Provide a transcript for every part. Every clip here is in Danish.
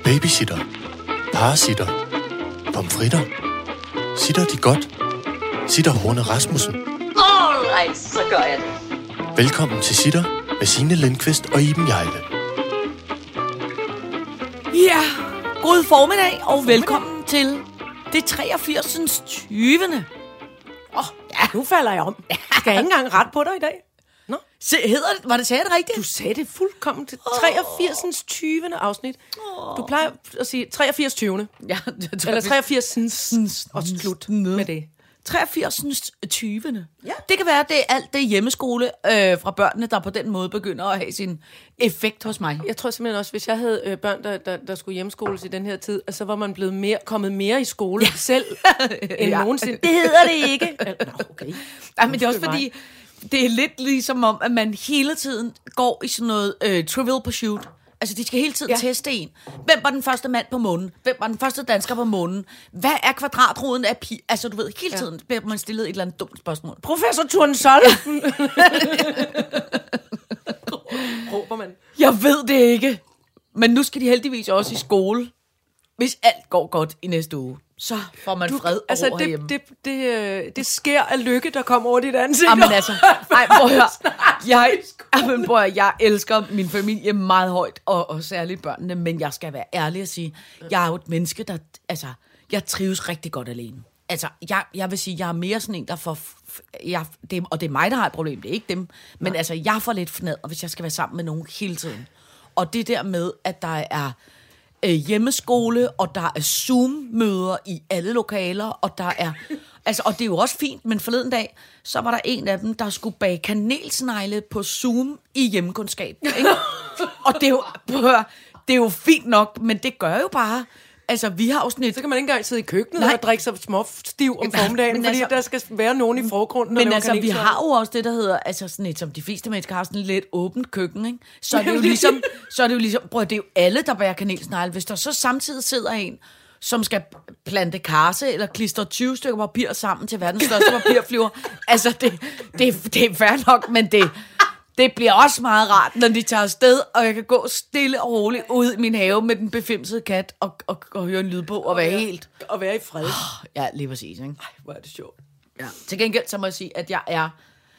Babysitter. Parasitter. Pomfritter. Sitter de godt? Sitter Horne Rasmussen. Alright, så gør jeg det. Velkommen til Sitter med Signe Lindqvist og Iben Hjejle. Ja, god formiddag og velkommen til det 83. 20. Ja, nu falder jeg om. Skal jeg ikke engang ret på dig i dag? Nå. Var det, sagde det rigtigt? Du sagde det fuldkommen til 83. 20. afsnit. Du plejer at sige 83. 20. Ja, Eller 83. og slut med det. 83. 20. Ja. Det kan være, det er alt det hjemmeskole fra børnene, der på den måde begynder at have sin effekt hos mig. Jeg tror simpelthen også, hvis jeg havde børn, der skulle hjemmeskoles i den her tid, så var man blevet kommet mere i skole selv end nogensinde. Det hedder det ikke. Nå, okay. Nej, men det er også fordi, det er lidt ligesom om, at man hele tiden går i sådan noget Trivial Pursuit. Altså, de skal hele tiden teste en. Hvem var den første mand på månen? Hvem var den første dansker på månen? Hvad er kvadratroden af pi? Altså, du ved, hele tiden bliver man stillet et eller andet dumt spørgsmål. Professor Turnsol. Råber man. Jeg ved det ikke. Men nu skal de heldigvis også i skole. Hvis alt går godt i næste uge, så får man fred og ro herhjemme. Det sker af lykke, der kommer over dit ansigt. Jamen altså, jeg elsker min familie meget højt, og særligt børnene, men jeg skal være ærlig at sige, jeg er jo et menneske, der, altså, jeg trives rigtig godt alene. Altså, jeg vil sige, jeg er mere sådan en, der får, og det er mig, der har et problem, det er ikke dem, men altså, jeg får lidt fnadder, hvis jeg skal være sammen med nogen hele tiden. Og det der med, at der er hjemmeskole, og der er Zoom-møder i alle lokaler, og der er, altså, og det er jo også fint, men forleden dag, så var der en af dem, der skulle bage kanelsnegle på Zoom i hjemmekundskab, ikke? Og det er jo fint nok, men det gør jo bare, altså, vi har jo sådan et... Så kan man ikke engang sidde i køkkenet og drikke sig stiv om formiddagen, fordi der skal være nogen i forgrunden. Men altså, vi har jo også det, der hedder, altså sådan et, som de fleste mennesker har, sådan et lidt åbent køkken, ikke? Så er det jo ligesom, prøv, det er jo alle, der bærer kanelsnegle. Hvis der så samtidig sidder en, som skal plante karse, eller klistre 20 stykker papir sammen til verdens største papirflyver, altså, det er fair nok, men det bliver også meget rart, når de tager afsted, og jeg kan gå stille og roligt ud i min have med den befimsede kat, og høre en lydbog og være helt... Og være i fred. Ja, lige præcis, ikke? Ej, hvor er det sjovt. Ja. Til gengæld så må jeg sige, at jeg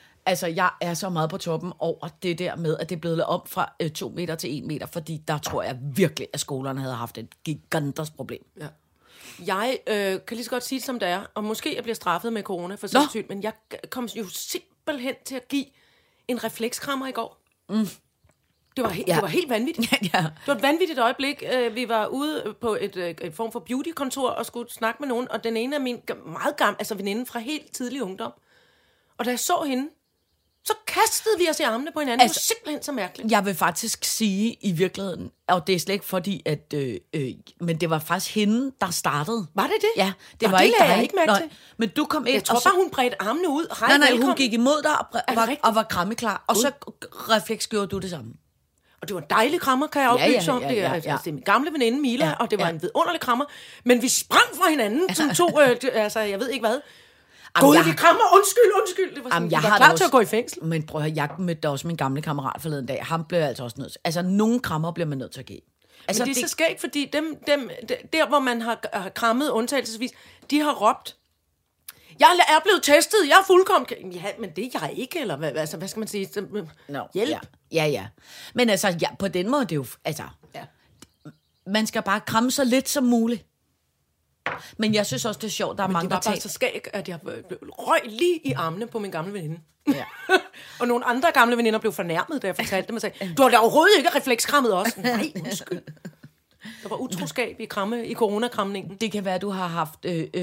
er så meget på toppen over det der med, at det er blevet lavet om fra 2 meter til 1 meter, fordi der tror jeg virkelig, at skolerne havde haft et gigantisk problem. Ja. Jeg kan lige så godt sige det, som det er, og måske jeg bliver straffet med corona for sindssygt, men jeg kom jo simpelthen til at give en reflekskrammer i går. Det var helt vanvittigt. Ja. Det var et vanvittigt øjeblik. Vi var ude på et form for beautykontor og skulle snakke med nogen, og den ene af min meget gamle, altså veninde fra helt tidlig ungdom. Og da jeg så hende, så kastede vi os i armene på hinanden. Altså, det var simpelthen så mærkeligt. Jeg vil faktisk sige i virkeligheden, og det er slet ikke fordi, at... men det var faktisk hende, der startede. Var det det? Ja, det Nå, var det ikke dig. Jeg ikke mærke til. Men du kom ind... Jeg tror bare, hun bredte armene ud. Nej, hun gik imod dig og var krammeklar. Og så refleks gjorde du det samme. Og det var en dejlig krammer, kan jeg oplyse om. Det er min gamle veninde Mila, og det var en vidunderlig krammer. Men vi sprang fra hinanden som to... altså, jeg ved ikke hvad. Gud, vi krammer, undskyld. Det var sådan, jeg var klar til at gå i fængsel. Men prøv at høre, jeg mødte også min gamle kammerat forleden dag. Han blev altså også nødt til. Altså, nogle krammer bliver man nødt til at give. Altså, men det er så skægt, fordi dem, der hvor man har krammet undtagelsesvis, de har råbt, jeg er blevet testet, jeg er fuldkommen... Ja, men det er jeg ikke, eller hvad skal man sige? Hjælp. Ja. Men altså, på den måde, det er jo... Altså, man skal bare kramme så lidt som muligt. Men jeg synes også, det er sjovt, der er mange, der tager... det var bare så skægt, at jeg røg lige i armene på min gamle veninde. Ja. Og nogle andre gamle veninder blev fornærmet, da jeg fortalte dem og sagde, du har da overhovedet ikke reflekskrammet også. Nej, undskyld. Der var utroskab i coronakramningen. Det kan være, at du har haft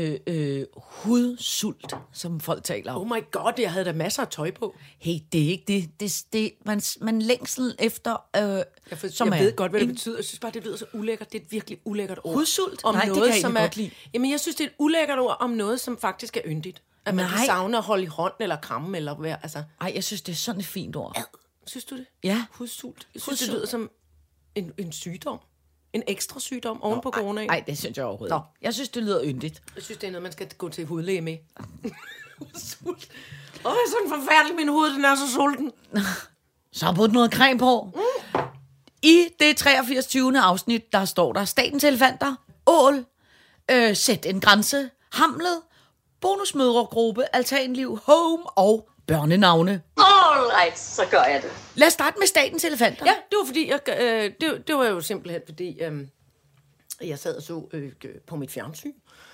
hudsult, som folk taler om. Oh my god, jeg havde da masser af tøj på. Hey, det er ikke det. Man længsel efter... jeg ved godt, hvad det betyder. Jeg synes bare, det lyder så ulækkert. Det er et virkelig ulækkert ord. Hudsult? Om Nej, noget, det kan jeg godt lide. Jamen, jeg synes, det er et ulækkert ord om noget, som faktisk er yndigt. At man kan savne at holde i hånden eller kramme eller hvad. Altså. Ej, jeg synes, det er sådan et fint ord. Synes du det? Ja. Hudsult. Jeg synes, det lyder som en sygdom. En ekstra sygdom oven på coronaen. Nej, det synes jeg overhovedet. Jeg synes, det lyder yndigt. Jeg synes, det er noget, man skal gå til hudlæge med. Sult. Sådan forfærdelig, min hud, den er så sulten. Så har jeg puttet noget creme på. I det 83. 20. afsnit, der står der statens elefanter, ål, sæt en grænse, Hamlet, bonusmødregruppe, altanliv, home og børnenavne. All right, så gør jeg det. Lad os starte med statens elefanter. Ja, det var fordi, det var jo simpelthen fordi, jeg sad og så på mit fjernsyn,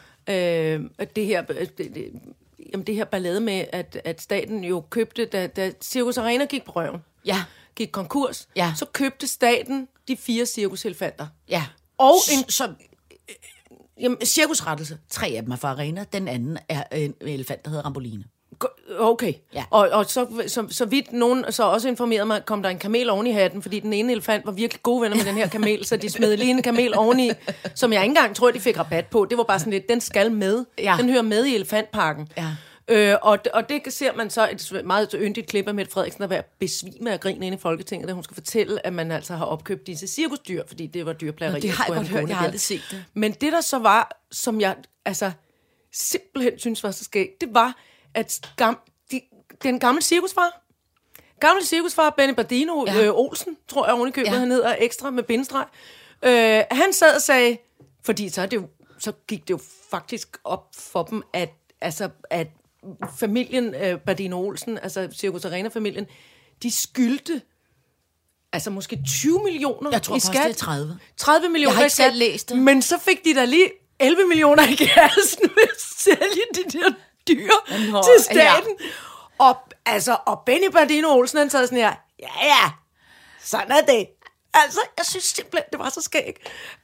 det her ballade med, at staten jo købte, da Cirkus Arena gik på røven, gik konkurs, så købte staten de 4 cirkuselefanter. Ja. Og Jamen, cirkusrettelse. 3 af dem er fra Arena, den anden er en elefant, der hedder Ramboline. Okay. Ja. Og så vidt nogen så også informerede mig, kom der en kamel oven i hatten, fordi den ene elefant var virkelig gode venner med den her kamel, så de smed lige en kamel oveni, som jeg ikke engang tror, de fik rabat på. Det var bare sådan lidt, den skal med. Ja. Den hører med i elefantparken. Ja. Og det ser man så et meget yndigt klip af Mette Frederiksen, der var besvime af grin inde i Folketinget, da hun skal fortælle, at man altså har opkøbt disse cirkusdyr, fordi det var dyrplageri. Det har jeg godt hørt, jeg har aldrig set det. Men det der så var, som jeg altså simpelthen synes var så skægt, det var, at den gamle cirkusfar, Benny Bardino Olsen, tror jeg ovenikøbet, han hedder ekstra med bindestreg, han sad og sagde, fordi så gik det jo faktisk op for dem, at familien Bardino Olsen, altså Cirkus Arena-familien, de skyldte altså måske 20 millioner i skat. Jeg tror faktisk, det er 30. 30 millioner. Jeg har ikke selv læst det. Men så fik de da lige 11 millioner i kassen ved at sælge de der dyr til staten. Ja. Og Benny Bardino Olsen, han sad sådan her, ja, sådan er det. Altså, jeg synes simpelthen, det var så skægt,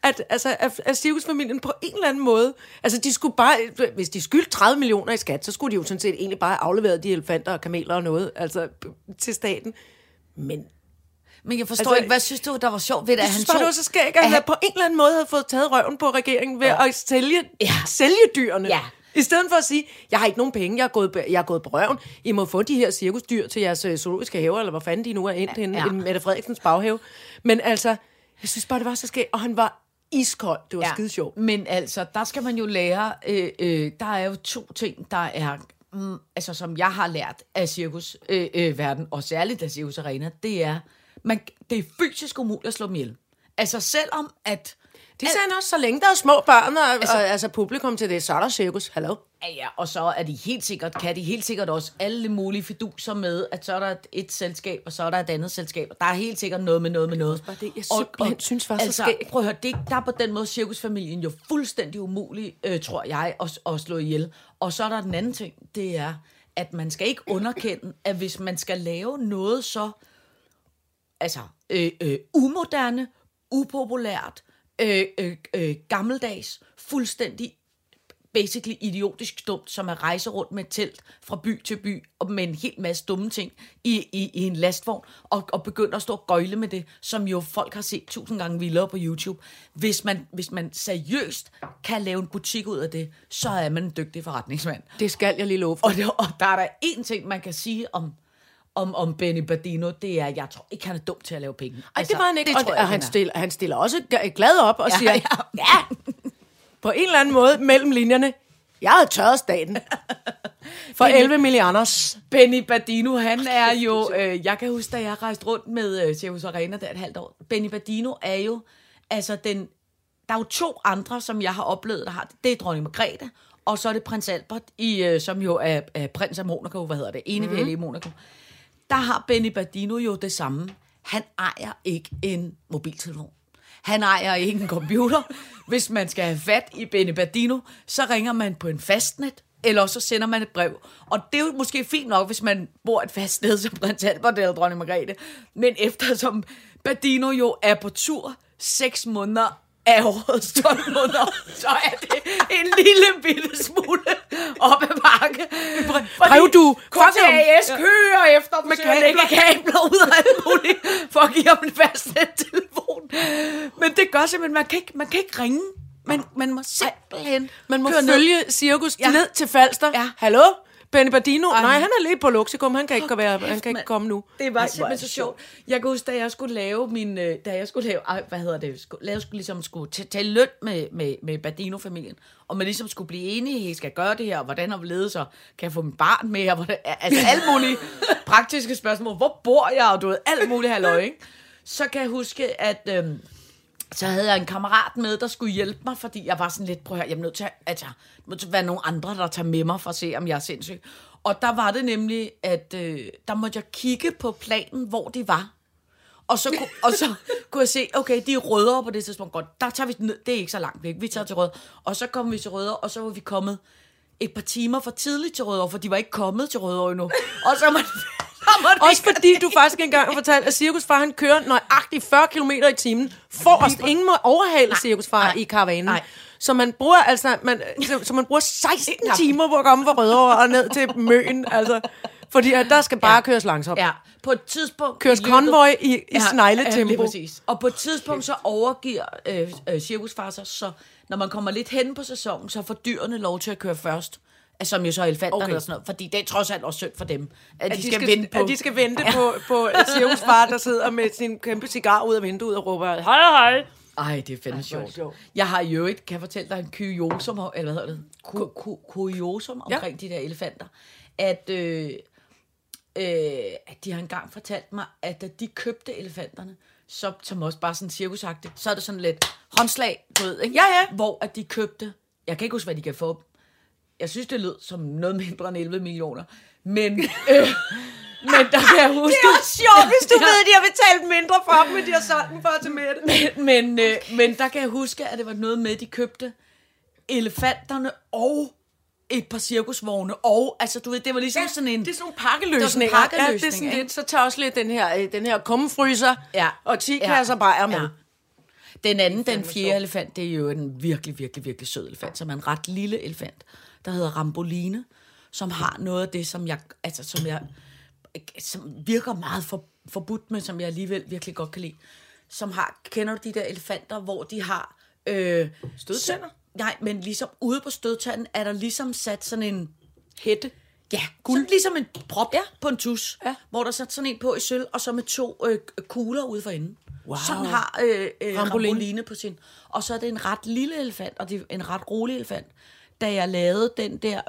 at cirkusfamilien på en eller anden måde, altså de skulle bare, hvis de skyldte 30 millioner i skat, så skulle de jo sådan set egentlig bare aflevere de elefanter og kameler og noget, altså til staten. Men jeg forstår ikke, hvad synes du, der var sjovt ved det, at han det var så skægt, at han på en eller anden måde havde fået taget røven på regeringen ved at sælge dyrene. Ja. I stedet for at sige, jeg har ikke nogen penge, jeg er gået på røven. I må få de her cirkusdyr til jeres zoologiske haver, eller hvor fanden de nu er endt henne, i Mette Frederiksens baghave. Men altså, jeg synes bare, det var så skægt, og han var iskold. Det var skide sjovt. Men altså, der skal man jo lære, der er jo 2 ting, der er, som jeg har lært af cirkusverden, og særligt af Cirkus Arena, det er, det er fysisk umuligt at slå dem ihjel. Altså selvom at... Det sagde han også, så længe der er små børn og publikum til det, så er der cirkus. Hallo? Ja, og så er kan de helt sikkert også alle mulige fiduser med, at så er der et selskab, og så er der et andet selskab, og der er helt sikkert noget med noget. Det jeg simpelthen synes var så skægt. Prøv at høre, der er på den måde cirkusfamilien jo fuldstændig umulig, tror jeg, at slå ihjel. Og så er der den anden ting, det er, at man skal ikke underkende, at hvis man skal lave noget så umoderne, upopulært, gammeldags, fuldstændig basically idiotisk dumt, som at rejse rundt med et telt fra by til by, og med en hel masse dumme ting i en lastvogn, og begynde at stå og gøjle med det, som jo folk har set 1000 gange vildere på YouTube. Hvis man seriøst kan lave en butik ud af det, så er man en dygtig forretningsmand. Det skal jeg lige love for. Og der er der én ting, man kan sige om Benny Bardino, det er, jeg tror ikke, han er dum til at lave penge. Det var han ikke, og han stiller også glad op og siger, på en eller anden måde, mellem linjerne, jeg havde tørret staten for 11 milliarder. Benny Bardino, han er jo, jeg kan huske, da jeg rejste rundt med Cirkus Arena der et halvt år, Benny Bardino er jo, der er jo 2 andre, som jeg har oplevet, der har det. Det er dronning Margrethe, og så er det prins Albert, som jo er prins af Monaco, enevæld i Monaco. Der har Benny Bardino jo det samme. Han ejer ikke en mobiltelefon. Han ejer ikke en computer. Hvis man skal have fat i Benny Bardino, så ringer man på en fastnet, eller så sender man et brev. Og det er jo måske fint nok, hvis man bor et fast sted som prins Albert eller dronning Margrethe. Men eftersom Bardino jo er på tur 6 måneder af årets 12 måneder, så er det en lille bitte smule op ad bakke. Brev du KTAS kører efter dem, så lægger kabler ud af alt muligt, for at give ham en fastnet telefon. Men det gør simpelthen, man kan ikke ringe. Man må simpelthen man må følge cirkus ned til Falster. Ja. Hallo? Benny Bardino? Nej, han er lige på Luxikum. Han kan ikke komme nu. Det var simpelthen så sjovt. Jeg kan huske, da jeg skulle lave skulle tale løn med Bardino-familien, og man ligesom skulle blive enige, skal gøre det her, og hvordan har vi ledet, så kan jeg få min barn med, og hvordan, altså alle mulige praktiske spørgsmål. Hvor bor jeg? Og du ved, alt muligt halløj, ikke? så kan jeg huske, at så havde jeg en kammerat med, der skulle hjælpe mig, fordi jeg var sådan lidt, prøv at høre, jeg er nødt til at være nogle andre, der tager med mig for at se, om jeg er sindssyg. Og der var det nemlig, at der måtte jeg kigge på planen, hvor de var. Og så kunne jeg se, okay, de er Rødovre på det tidspunkt. Godt, der tager vi ned, det er ikke så langt væk. Vi tager til Rødovre, og så kom vi til Rødovre, og så var vi kommet et par timer for tidligt til Rødovre, for de var ikke kommet til Rødovre endnu. Og så også fordi du faktisk engang har fortalt, at Cirkusfar, han kører nøjagtigt 40 km i timen, forrest. Ingen må overhale Cirkusfar i karavanen. Nej. Så man bruger 16 timer på at komme fra Rødovre og ned til Møn, altså. Fordi der skal bare køres langsomt. Ja, på et tidspunkt... Køres konvoj i snegletempo. Ja, præcis. Og på et tidspunkt så overgiver Cirkusfar sig, så når man kommer lidt hen på sæsonen, så får dyrene lov til at køre først. Som jo så er elefanterne og sådan noget. Fordi det er trods alt også synd for dem, at de skal vente på Cirkusfar, der sidder med sin kæmpe cigar ud af vinduet og råber, hej, hej. Ej, det er fandme sjovt. Jeg har jo ikke, kan jeg fortælle dig, en kuriosum, eller hvad hedder det? Kuriosum omkring de der elefanter. At de har engang fortalt mig, at da de købte elefanterne, som også bare sådan cirkusagtigt, så er det sådan lidt håndslag, du ved, ikke? Ja. Hvor at de købte, jeg kan ikke huske, hvad de kan få. Jeg synes, det lød som noget mindre end 11 millioner. Men der kan jeg huske... Det er også sjovt, hvis du ved, at de har betalt mindre for dem, end de har solgt dem for til med det. Men der kan jeg huske, at det var noget med, at de købte elefanterne og et par cirkusvogne, og altså du ved, det var ligesom sådan en... Det er sådan nogle pakkeløsninger. Ja, det er sådan lidt, så tager også lidt den her kummefryser og 10 kasser bajer med. Ja. Den anden, den fjerde elefant, det er jo en virkelig, virkelig, virkelig sød elefant, som er en ret lille elefant, der hedder Ramboline, som har noget af det, som virker meget forbudt, men som jeg alligevel virkelig godt kan lide. Kender du de der elefanter, hvor de har... stødtænder? Nej, men ligesom ude på stødtanden er der ligesom sat sådan en... Hætte? Ja, sådan ligesom en prop på en tus, hvor der er sat sådan en på i sølv, og så med 2 kugler ude for enden. Wow. Sådan har Ramboline på sin. Og så er det en ret lille elefant, og det er en ret rolig elefant. Da jeg lavede den der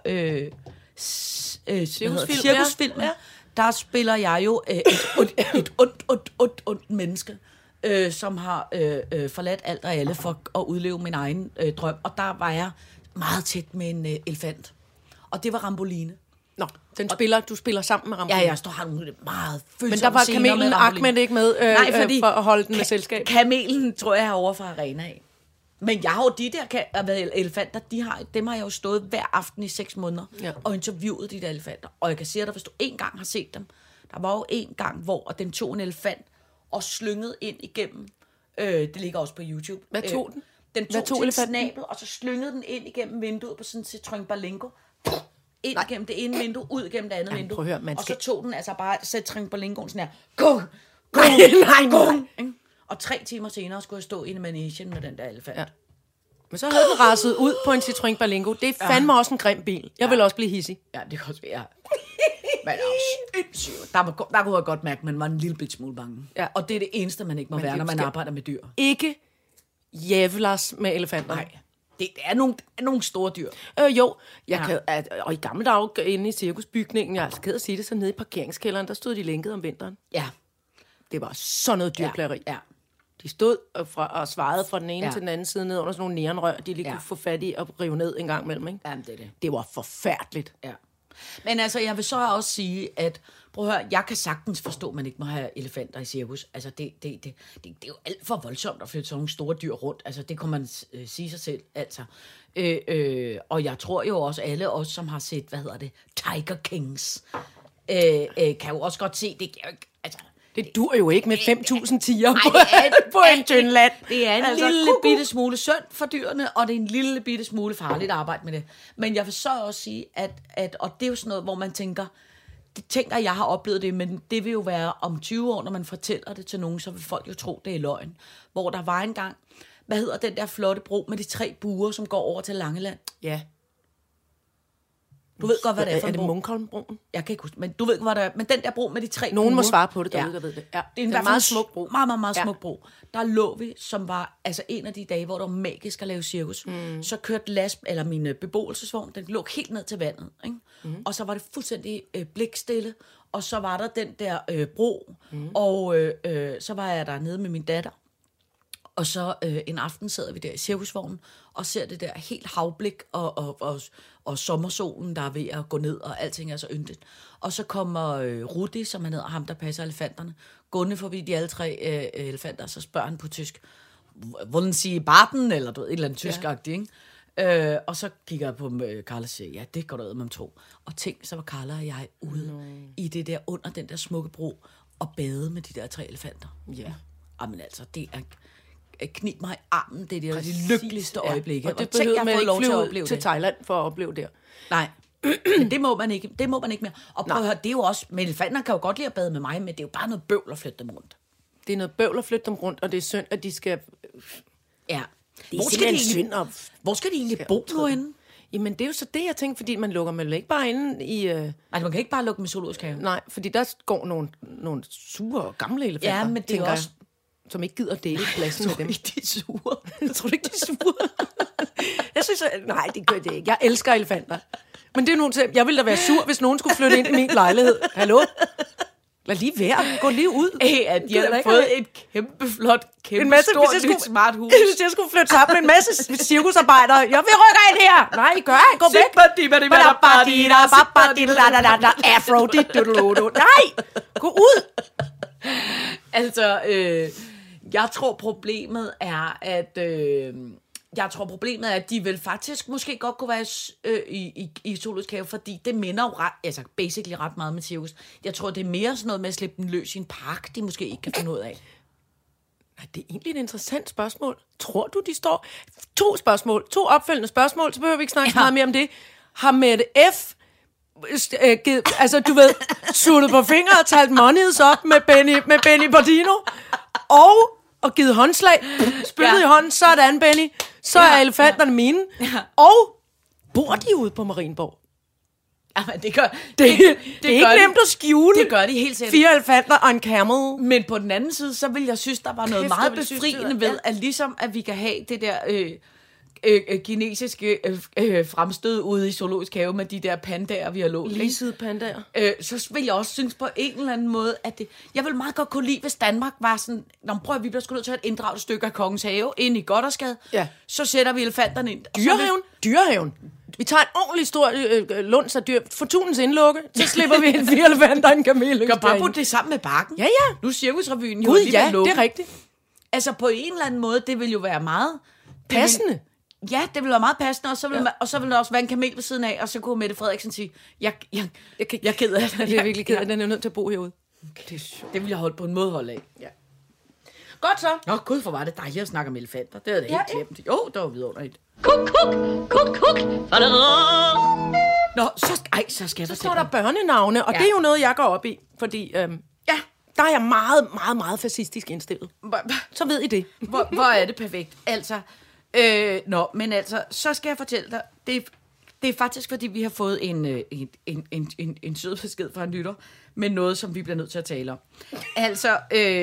cirkusfilm, der spiller jeg jo et ondt menneske, som har forladt alt og alle for at udleve min egen drøm. Og der var jeg meget tæt med en elefant. Og det var Ramboline. Nå, du spiller sammen med Ramboline. Ja, jeg har nogle meget følsomme. Men der var kamelen Ahmed ikke med for at holde den med selskab. Kamelen tror jeg er over fra arena af. Men jeg har jo de der elefanter, dem har jeg jo stået hver aften i 6 måneder og interviewet de der elefanter. Og jeg kan sige dig, hvis du en gang har set dem, der var jo en gang, hvor den tog en elefant og slyngede ind igennem. Det ligger også på YouTube. Hvad tog den? Den tog sin snabel, og så slyngede den ind igennem vinduet på sådan en Citroën Berlingo. Ind igennem det ene vindue, ud igennem det andet vindue. Høre, og så tog den altså bare Citroën Berlingoen sådan her. Nej. Og 3 timer senere skulle jeg stå inde i managen med den der elefant. Ja. Men så havde den raset ud på en Citroën Berlingo. Det er fandme også en grim bil. Jeg vil også blive hissig. Ja, det kan også være. Men også, der kunne jeg godt mærke, at man var en lille bit smule bange. Ja. Og det er det eneste, man ikke må være, når man arbejder med dyr. Ikke jævlers med elefanter. Nej. Det er nogle store dyr. Jo, og i gamle dage inde i cirkusbygningen, jeg er altså ked at sige det, så nede i parkeringskælderen, der stod de lænket om vinteren. Ja. Det var sådan noget dyrplageri. Ja. De stod og svarede fra den ene til den anden side ned under sådan nogle neonrør, de lige kunne få fat i og rive ned en gang imellem. Ikke? Jamen, det er det. Det var forfærdeligt. Ja. Men altså, jeg vil så også sige, at prøv at høre, jeg kan sagtens forstå, at man ikke må have elefanter i cirkus. Altså, det er jo alt for voldsomt at flytte sådan nogle store dyr rundt. Altså, det kan man sige sig selv, altså. Og jeg tror jo også, alle os, som har set, Tiger Kings, kan jo også godt se, det kan jo ikke, altså... Det dur jo ikke med 5.000 tiger på en tynd land. Det er en lille bitte smule synd for dyrene, og det er en lille bitte smule farligt at arbejde med det. Men jeg vil så også sige, at og det er jo sådan noget, hvor man tænker, jeg har oplevet det, men det vil jo være om 20 år, når man fortæller det til nogen, så vil folk jo tro, det er løgn. Hvor der var engang, hvad hedder den der flotte bro med de 3 buer, som går over til Langeland? Ja. Du ved godt, hvad det er for Er en det bro. Munkholmbroen? Jeg kan ikke huske, men du ved, hvad der er. Men den der bro med de 3 Nogen må buer. svare på det, der ved det. Ja. Det er en meget smuk bro. Meget smuk bro. Der lå vi, som var altså en af de dage, hvor det var magisk at lave cirkus. Så kørte min beboelsesvogn, den lå helt ned til vandet. Ikke? Og så var det fuldstændig blikstille. Og så var der den der bro. Og så var jeg der nede med min datter. Og så en aften sidder vi der i cirkusvognen og ser det der helt havblik og sommersolen, der er ved at gå ned, og alting er så yndigt. Og så kommer Rudi, som han hedder, ham der passer elefanterne, gående forbi de alle 3 elefanter, så spørger han på tysk, hvordan siger Barten, eller du ved, et eller andet tyskagtigt, ikke? Og så kigger jeg på Carla og siger, ja, det går der ud med 2. Og tænk, så var Carla og jeg ude i det der, under den der smukke bro, og bade med de der 3 elefanter. Ja. Jamen altså, det er... knib mig i armen, det er de lykkeligste øjeblikke. Og det behøver man ikke flyve til Thailand for at opleve der. Nej, men det må man ikke. Det må man ikke mere. Og prøv at høre, det er jo også... Men elefanter kan jo godt lide at bade med mig, men det er jo bare noget bøvl at flytte dem rundt. Det er noget bøvl at flytte dem rundt, og det er synd, at de skal... Ja. Hvor skal de egentlig bo nu henne? Jamen, det er jo så det, jeg tænker, fordi man lukker mig ikke bare inde i... Altså, man kan ikke bare lukke med zoologisk have. Nej, fordi der går nogle sure og gamle elefanter, ja, men det er også... som ikke gider dele pladsen med dem. Jeg tror ikke, de er sure. Jeg tror ikke, de er sure. Jeg synes, nej, det gør det ikke. Jeg elsker elefanter. Men det er nogen til, jeg ville da være sur, hvis nogen skulle flytte ind i min lejlighed. Hallo? Lad lige være. Gå lige ud. At de har fået et kæmpe flot, stort, smart hus. Hvis jeg skulle flytte sammen med en masse cirkusarbejdere. Jeg vil rykke ind her. Nej, I gør. Gå væk. Afro. Nej, gå ud. Altså, jeg tror problemet er, at de vil faktisk måske godt kunne være i zoologisk have, fordi det minder jo basically ret meget med cirkus. Jeg tror, det er mere sådan noget med at slippe den løs i en park, de måske ikke kan finde ud af. Nej, det er egentlig et interessant spørgsmål. Tror du, de står... 2 spørgsmål. 2 opfølgende spørgsmål, så behøver vi ikke snakke så meget mere om det. Har Mette F. Altså, du ved, suttet på fingre og talt monies op med Benny Bordino, og givet håndslag, spyttet i hånden, sådan, Benny, så er elefanterne mine, og bor de ude på Marienborg? Jamen, det er ikke nemt at skjule. Det gør de helt sikkert. 4 elefanter og en camel. Men på den anden side, så vil jeg synes, der var noget meget befriende ved, at ligesom at vi kan have det der kinesiske fremstød ude i zoologisk have med de der pandaer, vi har lånt. Leasede pandaer. Så vil jeg også synes på en eller anden måde, at det... Jeg vil meget godt kunne lide, hvis Danmark var sådan... Vi bliver sgu nødt til at inddrage et stykke af Kongens Have ind i Goddersgade. Ja. Så sætter vi elefanterne ind. Dyrehaven. Vi tager en ordentlig stor lunds af dyr. Fortunens indlukke. Så slipper vi 4 elefanter og en kamel. Kan bare putte det sammen med bakken. Ja. Nu er Cirkusrevyen jo lige ja, det er rigtigt. Altså på en eller anden måde, det vil jo være meget... Passende. Ja, det vil være meget passende, og så vil der også være en kamel ved siden af, og så kunne Mette Frederiksen sige, jeg er ked af det. Jeg er virkelig ked af det, den er nødt til at bo herude. Okay. Det vil jeg holde på en måde holde af. Ja. Godt så. Nå, gud, hvor var det dejligt at snakke om elefanter. Det havde jeg helt glemt. Jo, der var vidunderligt. Kuk. Nå, så skal jeg så står der børnenavne, og det er jo noget, jeg går op i, fordi der er jeg meget, meget, meget fascistisk indstillet. Så ved I det. Hvor er det perfekt. Altså, men så skal jeg fortælle dig, det er faktisk, fordi vi har fået en sød besked fra en lytter, med noget, som vi bliver nødt til at tale om. Altså,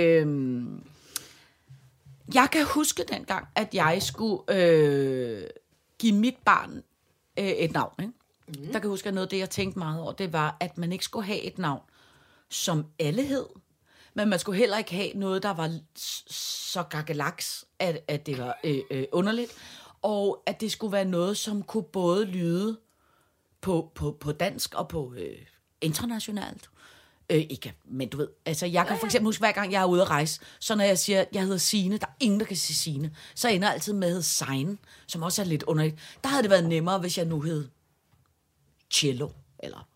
jeg kan huske dengang, at jeg skulle give mit barn et navn. Ikke? Der kan jeg huske, at noget af det, jeg tænkte meget over, det var, at man ikke skulle have et navn, som alle hed, men man skulle heller ikke have noget, der var så gakkelaks, at det var underligt, og at det skulle være noget, som kunne både lyde på dansk og på internationalt. Ikke, men du ved, altså jeg kan for eksempel huske, hver gang jeg er ude at rejse, så når jeg siger, at jeg hedder Signe, der er ingen, der kan sige Signe, så ender jeg altid med at hedde Sein, som også er lidt underligt. Der havde det været nemmere, hvis jeg nu hed Cello, eller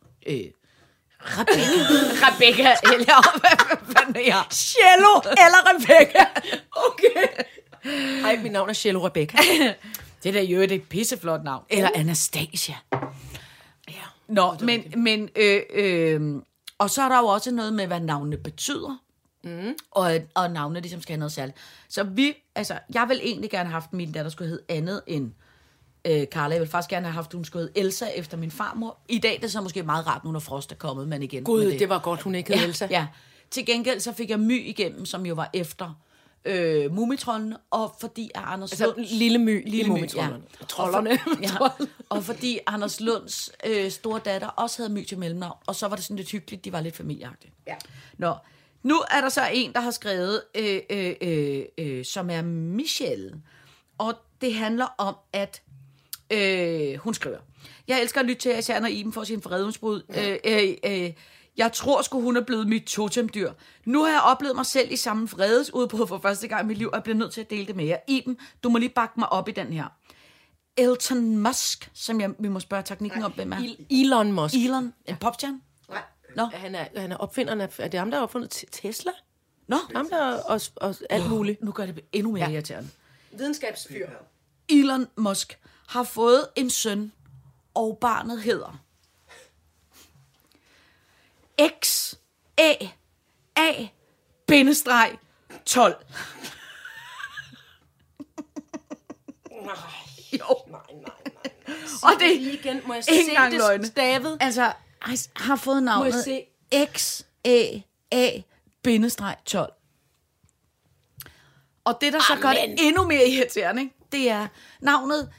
Rebecca, eller hvad fanden er jeg? Cello eller Rebecca. Okay. Ej, mit navn er Cello Rebecca. Det der jo er et pisseflot navn. Eller Anastasia. Ja. Nå, men og så er der jo også noget med, hvad navnene betyder. Og navnene ligesom skal have noget særligt. Så jeg vil egentlig gerne have haft min datter skulle hedde andet end Carla. Jeg ville faktisk gerne have haft, hun skulle hedde Elsa efter min farmor. I dag det er så måske meget rart, nu når Frost er kommet, men igen. Gud, det var godt, hun ikke hed Elsa. Ja. Til gengæld så fik jeg My igennem, som jo var efter Mumitrollene, og fordi Anders Lund... Lille Mumitrollene. Ja. Trollerne. Og fordi Anders Lunds store datter også havde My til mellemnavn, og så var det sådan lidt hyggeligt, de var lidt familieagtige. Ja. Nå, nu er der så en, der har skrevet, som er Michelle, og det handler om, at hun skriver, jeg elsker at lytte til, især når Iben får sin fredensbrud. Jeg tror sgu, hun er blevet mit totemdyr. Nu har jeg oplevet mig selv i samme fredesudbrud for første gang i mit liv, og jeg bliver nødt til at dele det med jer. Iben, du må lige bakke mig op i den her. Elon Musk, som vi må spørge teknikken om, hvem er? Elon Musk. Elon, en popstjerne? Nej. Nå. Han er opfinderen af... Er det ham, der har opfundet Tesla? Nå. Ham, der og alt muligt. Nu gør det endnu mere irriterende. Videnskabsfyr. Elon Musk har fået en søn, og barnet hedder XAA-12. Jo. Nej. Og det lige igen. Må jeg ikke se engang det løgne. stavet? Altså, har fået navnet XAA-12. Og det, der så gør det endnu mere irriterende, ikke? Det er navnet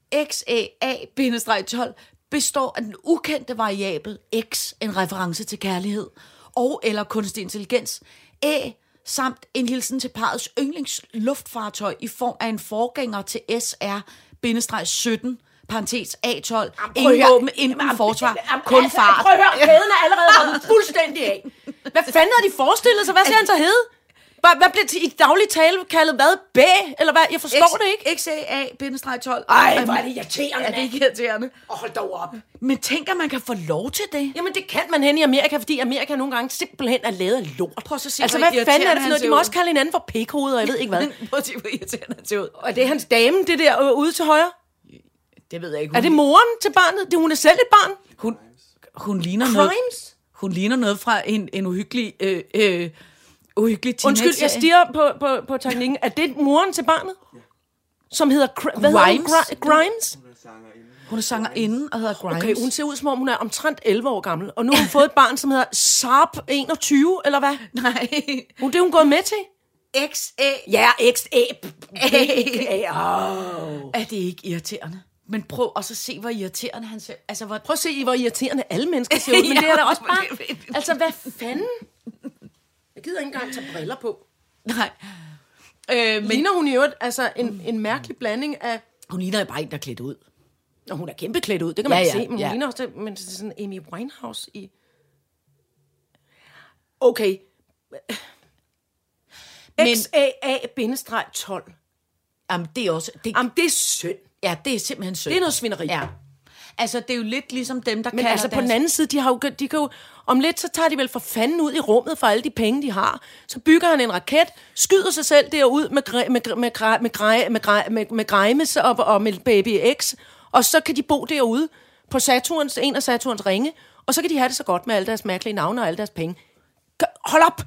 XAA-12 består af den ukendte variabel X, en reference til kærlighed, og eller kunstig intelligens, A, samt en hilsen til parrets yndlingsluftfartøj i form af en forgænger til SR-17, parentes A12, ingen våben, ingen forsvar, kun fart. Prøv at høre, kæden er allerede hoppet fuldstændig af. Hvad fanden har de forestillet sig? Hvad skal han så hedde? Hvad bliver i daglig tale kaldet hvad? B? Eller hvad? Jeg forstår det ikke. XAA-12. Ej, hvor er det irriterende. Er det ikke irriterende? Hold dog op. Men tænker man kan få lov til det? Jamen, det kan man hen i Amerika, fordi Amerika nogle gange simpelthen er lavet af lort. Prøv så at se, altså, hvor hvad fanden er det for noget? De må ud. også kalde hinanden for pikhoveder, og jeg ved ikke hvad. Prøv at se, hvor irriterende han ser ud. Og er det hans dame, det der ude til højre? Det ved jeg ikke. Er det moren til barnet? Hun er selv et barn? Hun ligner Crimes? noget. Hun ligner noget fra en uhyggelig uhyggelig teenage. Undskyld, jeg stiger på teknikken. Er det moren til barnet? Som hedder Grimes? Hun er sangerinde og hedder Grimes. Okay, hun ser ud som om hun er omtrent 11 år gammel. Og nu har hun fået et barn, som hedder Saab 21, eller hvad? Nej. Det er hun gået med til. XA. Ja, XA. Er det ikke irriterende? Men prøv også at se, hvor irriterende han ser. Altså, prøv at se, hvor irriterende alle mennesker ser ud. Men det er da også bare... Altså, hvad fanden? Jeg gider ikke engang tage briller på. Nej. Men ligner hun i øvrigt altså en mærkelig blanding af... Hun ligner bare en, der er klædt ud. Og hun er kæmpe klædt ud, det kan man se. Men hun ligner også men det er sådan Amy Winehouse i... Okay. XAA-12. Jamen, det er også... Jamen, det er synd. Ja, det er simpelthen synd. Det er noget svineri. Ja. Altså, det er jo lidt ligesom dem, der men altså, på den anden side, de kan jo... Om lidt, så tager de vel for fanden ud i rummet for alle de penge, de har. Så bygger han en raket, skyder sig selv derud med Grimes og med Baby X, og så kan de bo derude på en af Saturns ringe, og så kan de have det så godt med alle deres mærkelige navne og alle deres penge. Hold op!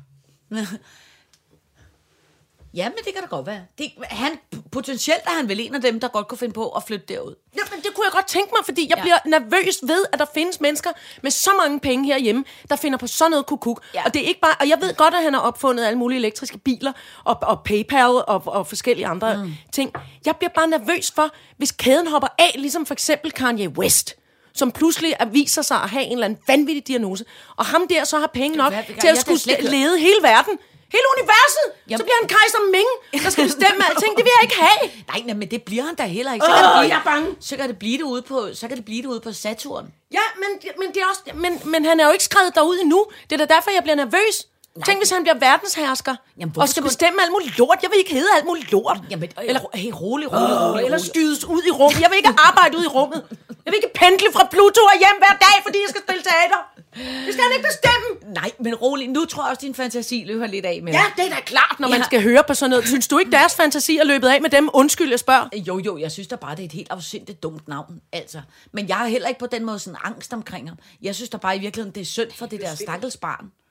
Ja, men det kan da godt være. Potentielt er han vel en af dem, der godt kunne finde på at flytte derud. Ja, men det kunne jeg godt tænke mig, fordi jeg bliver nervøs ved, at der findes mennesker med så mange penge herhjemme, der finder på sådan noget kukuk. Ja. Og det er ikke bare... Og jeg ved godt, at han har opfundet alle mulige elektriske biler, og PayPal og forskellige andre ting. Jeg bliver bare nervøs for, hvis kæden hopper af, ligesom for eksempel Kanye West, som pludselig viser sig at have en eller anden vanvittig diagnose. Og ham der så har penge nok til at skulle lede hele verden. Hele universet! Jamen. Så bliver han kejser Ming, der skal bestemme alting. Det vil jeg ikke have. Nej, men det bliver han da heller ikke. Jeg er bange. Så kan det blive det ude på Saturn. Ja, men det er også... Men han er jo ikke skrevet derud endnu. Det er da derfor, jeg bliver nervøs. Nej. Tænk, hvis han bliver verdenshersker, og skal bestemme alt muligt lort. Jeg vil ikke hedde alt muligt lort. Jamen, rolig. Eller skydes ud i rummet. Jeg vil ikke arbejde ud i rummet. Jeg vil ikke pendle fra Pluto og hjem hver dag, fordi jeg skal spille teater. Det skal han ikke bestemme. Nej, men rolig. Nu tror jeg også, din fantasi løber lidt af med. Ja, det er da klart, når man skal høre på sådan noget. Synes du ikke, deres fantasi er løbet af med dem? Undskyld, jeg spørger. Jo, jeg synes da bare, det er et helt afsindigt dumt navn. Altså. Men jeg har heller ikke på den måde sådan angst omkring ham. Jeg synes da bare i virkeligheden, det er synd for det der stakkels barn.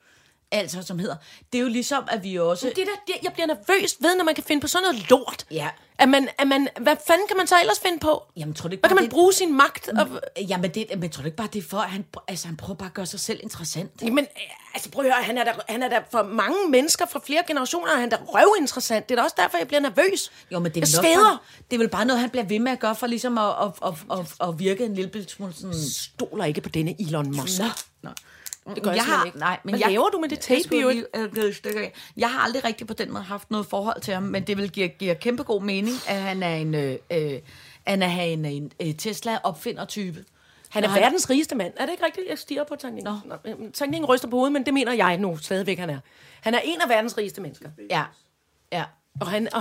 Altså, som hedder... Det er jo ligesom, at vi også... Men jeg bliver nervøs ved, når man kan finde på sådan noget lort. Ja. Hvad fanden kan man så ellers finde på? Jamen, tror du ikke Hvad kan bare man bruge sin magt? Jamen, men tror du ikke bare, det er for, at han prøver bare at gøre sig selv interessant? Men altså, prøv at høre, han er der for mange mennesker fra flere generationer, og han er der røvinteressant. Det er da også derfor, jeg bliver nervøs. Jo, men det er jeg vel sveder. Det er vel bare noget, han bliver ved med at gøre, for ligesom at virke en lille smule sådan... Stoler ikke på denne Elon Musk. Nå. Det gør jeg simpelthen ikke. Nej, men hvad laver du med det tape? Jeg har aldrig rigtig på den måde haft noget forhold til ham, men det vil give kæmpe god mening, at han er en Tesla-opfinder-type. Han er verdens rigeste mand. Er det ikke rigtigt? Jeg stiger på tanken. Tanken ryster på hovedet, men det mener jeg nu stadigvæk, han er. Han er en af verdens rigeste mennesker. Ja. Og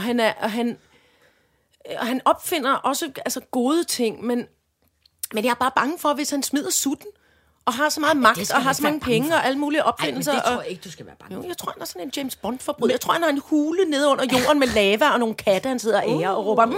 han opfinder også altså, gode ting, men jeg er bare bange for, hvis han smider sutten, og har så meget magt, og har så mange penge, og alle mulige opfindelser. Ej, men det tror jeg ikke, du skal være bange for. Jeg tror, han er sådan en James Bond-forbryder. Jeg tror, han har en hule nede under jorden med lava, og nogle katte, han sidder og ærer og råber.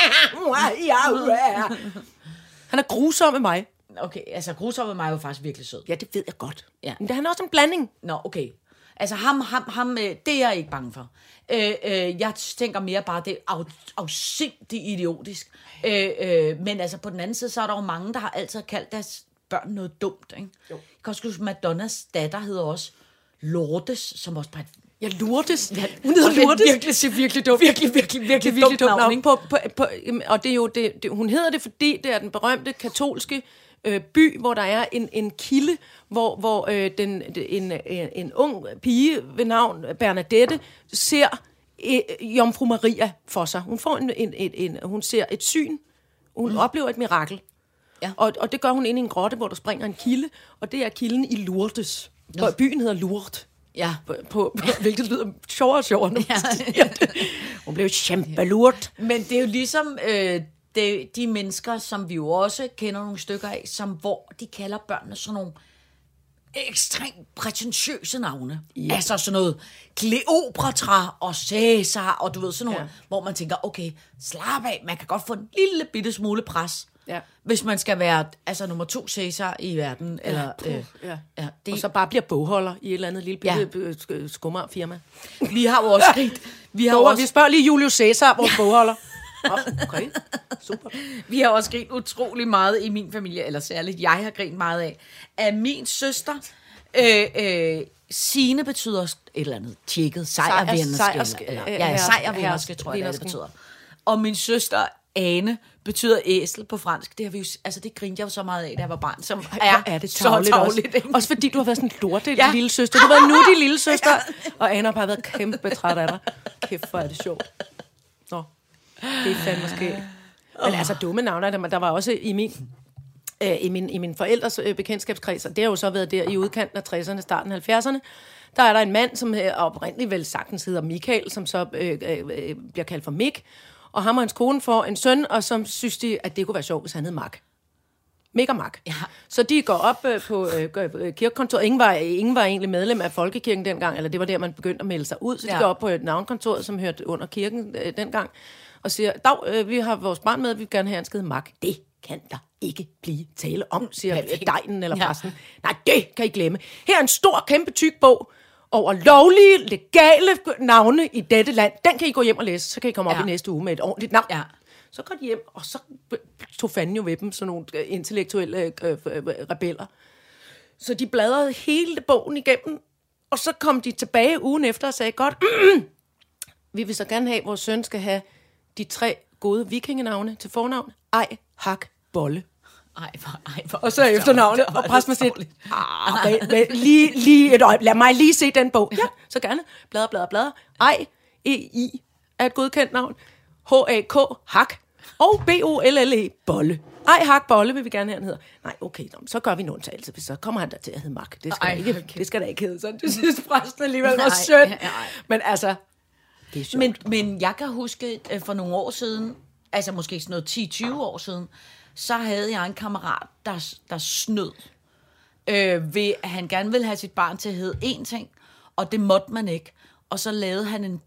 Han er grusom med mig. Okay, altså grusom med mig er jo faktisk virkelig sød. Ja, det ved jeg godt. Ja. Men han er også en blanding. Nå, okay. Altså ham det er jeg ikke bange for. Jeg tænker mere bare, det er afsindigt idiotisk. Men altså på den anden side, så er der jo mange, der har altid kaldt deres børn noget dumt, ikke? Jo. Jeg kan også huske, Madonnas datter hedder også Lourdes, som også bare... Ja, Lourdes. Ja, hun hedder Lourdes. Virkelig dumt. Virkelig dumt navn. Og det er jo hun hedder det, fordi det er den berømte katolske by, hvor der er en kilde, hvor en ung pige ved navn Bernadette ser Jomfru Maria for sig. Hun får hun ser et syn. Hun oplever et mirakel. Ja. Og det gør hun inde i en grotte, hvor der springer en kilde, og det er kilden i Lourdes. Hvor byen hedder Lourdes. Ja. Hvilket lyder sjovere. Ja. Hun blev kæmpelurt. Men det er jo ligesom de mennesker, som vi jo også kender nogle stykker af, hvor de kalder børnene sådan nogle ekstremt prætentiøse navne. Ja. Altså sådan noget Kleopatra og Caesar, og du ved sådan nogle, hvor man tænker, okay, slap af, man kan godt få en lille bitte smule pres. Ja. Hvis man skal være nummer 2 Caesar i verden. Og så bare bliver bogholder i et eller andet lille skummerfirma. Vi har jo også grint. Vi spørger lige Julius Caesar, vores bogholder. Okay, super. Vi har også grint utrolig meget i min familie, eller særligt jeg har grint meget af min søster. Signe betyder et eller andet tjekket, sejrvinderske, tror jeg, det betyder. Og min søster Ane betyder æsel på fransk. Det har vi jo, altså det grinte jeg jo så meget af, da jeg var barn, som er det så tavligt. Også fordi du har været sådan en lorte lille søster. Du har været nuttig lille søster, og Ane har bare været kæmpe træt af dig. Kæft, hvor er det sjovt. Nå, det er fandme skægt. Men altså dumme navne, der var også i min forældres bekendtskabskreds, og det har jo så været der i udkanten af 60'erne, starten af 70'erne, der er der en mand, som oprindeligt vel sagtens hedder Michael, som så bliver kaldt for Mik, og ham og hans kone får en søn, og som synes de, at det kunne være sjovt, hvis han hed Mark. Mega Mark. Ja. Så de går op på kirkekontoret. Ingen var egentlig medlem af Folkekirken dengang, eller det var der, man begyndte at melde sig ud. Så de går op på et navnkontor, som hørte under kirken dengang, og siger, Dag, vi har vores barn med, vi vil gerne have en skid Mark. Det kan der ikke blive tale om, siger degnen eller præsten. Nej, det kan I glemme. Her er en stor, kæmpe tyk bog over lovlige, legale navne i dette land. Den kan I gå hjem og læse, så kan I komme op i næste uge med et ordentligt navn. Ja. Så går de hjem, og så tog fanden jo ved dem, sådan nogle intellektuelle rebeller. Så de bladrede hele bogen igennem, og så kom de tilbage ugen efter og sagde, godt, vi vil så gerne have, at vores søn skal have de 3 gode vikingenavne til fornavn. Ej, hak, bolle. Og så efternavnet, og præsten siger, lige et øjeblik, lad mig lige se den bog. Ja, så gerne. Blader. Ej, E-I er et godkendt navn. H-A-K, hak. Og B-O-L-L-E, bolle. Ej, hak, bolle vil vi gerne have, han hedder. Nej, okay, så gør vi en undtagelse, så kommer han der til at hedde Mark. Det skal da ikke hedde sådan. Det synes præsten alligevel var sødt. Men altså, det er sjovt. Men jeg kan huske, for nogle år siden, altså måske sådan noget 10-20 år siden, så havde jeg en kammerat, der snød ved, at han gerne ville have sit barn til at hedde én ting, og det måtte man ikke. Og så lavede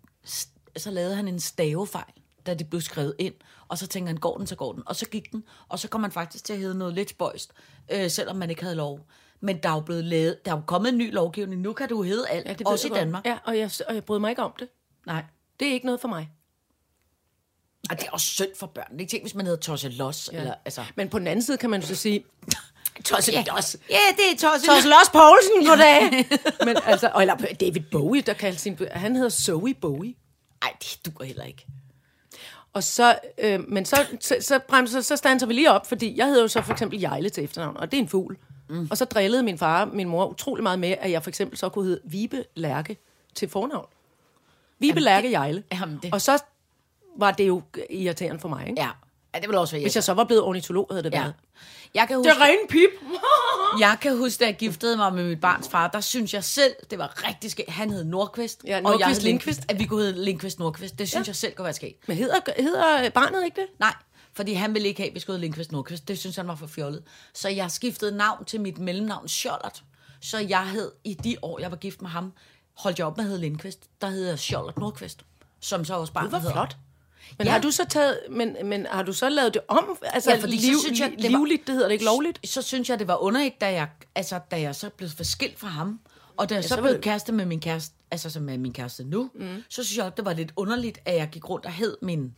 han en stavefejl, da det blev skrevet ind, og så tænkte han, går den, så går den. Og så gik den, og så kom man faktisk til at hedde noget lidt spøjst, selvom man ikke havde lov. Men der er jo kommet en ny lovgivning. Nu kan du hedde alt, Ja, det også i ved jeg Danmark. godt. Ja, og jeg bryder mig ikke om det. Nej. Det er ikke noget for mig. Og det er også synd for børn. Det er ikke, hvis man hedder Tosselos. Ja. Eller, altså. Men på den anden side kan man så sige... Tosselos. Ja, det er Tosselos. Tosselos Poulsen, goddag. Men altså, eller David Bowie, der kaldte han hedder Zoe Bowie. Nej, det duer heller ikke. Og så, men så standser vi lige op, fordi jeg hedder jo så for eksempel Jejle til efternavn, og det er en fugl. Og så drillede min far min mor utrolig meget med, at jeg for eksempel så kunne hedde Vibe Lærke til fornavn. Vibe Lærke Jejle. Og så var det jo irriterende for mig, ikke? Ja, det vil også være hvis jeg så var blevet ornitolog, havde det været. Jeg kan huske, det er ren pip. Jeg kan huske, da jeg giftede mig med mit barns far, der synes jeg selv, det var rigtig skægt. Han hed Nordqvist, ja, og jeg hed Lindqvist. At vi kunne hedde Lindqvist Nordqvist. Det synes jeg selv kunne være skægt. Men hedder barnet ikke det? Nej, fordi han ville ikke have, at vi skulle hedde Lindqvist Nordqvist. Det synes han var for fjollet. Så jeg skiftede navn til mit mellemnavn Charlotte. Så jeg hed, i de år, jeg var gift med ham, holdt jeg op med at hedde Lindqvist. Der hed jeg Charlotte Nordqvist, som så også barnet hedder. Det var flot. Men har du så taget, men har du så lavet det om? Altså, ja, fordi så synes jeg, det livligt, det hedder det ikke lovligt? Så synes jeg, det var underligt, da jeg så blev forskilt fra ham, og da jeg så blev kæreste med min kæreste, altså som er min kæreste nu, så synes jeg, det var lidt underligt, at jeg gik rundt og hed